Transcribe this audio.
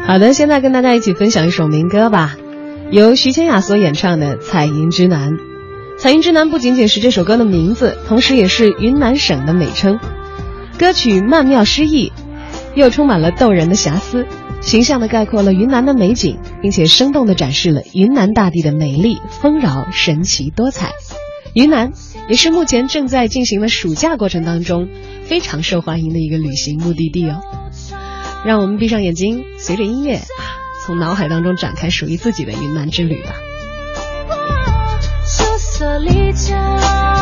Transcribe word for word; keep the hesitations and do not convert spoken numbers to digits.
好的，现在跟大家一起分享一首民歌吧，由徐千雅所演唱的《彩云之南》。彩云之南不仅仅是这首歌的名字，同时也是云南省的美称。歌曲曼妙诗意，又充满了逗人的遐思，形象地概括了云南的美景，并且生动地展示了云南大地的美丽、丰饶、神奇多彩。云南也是目前正在进行的暑假过程当中非常受欢迎的一个旅行目的地哦。让我们闭上眼睛，随着音乐从脑海当中展开属于自己的云南之旅吧。 色离家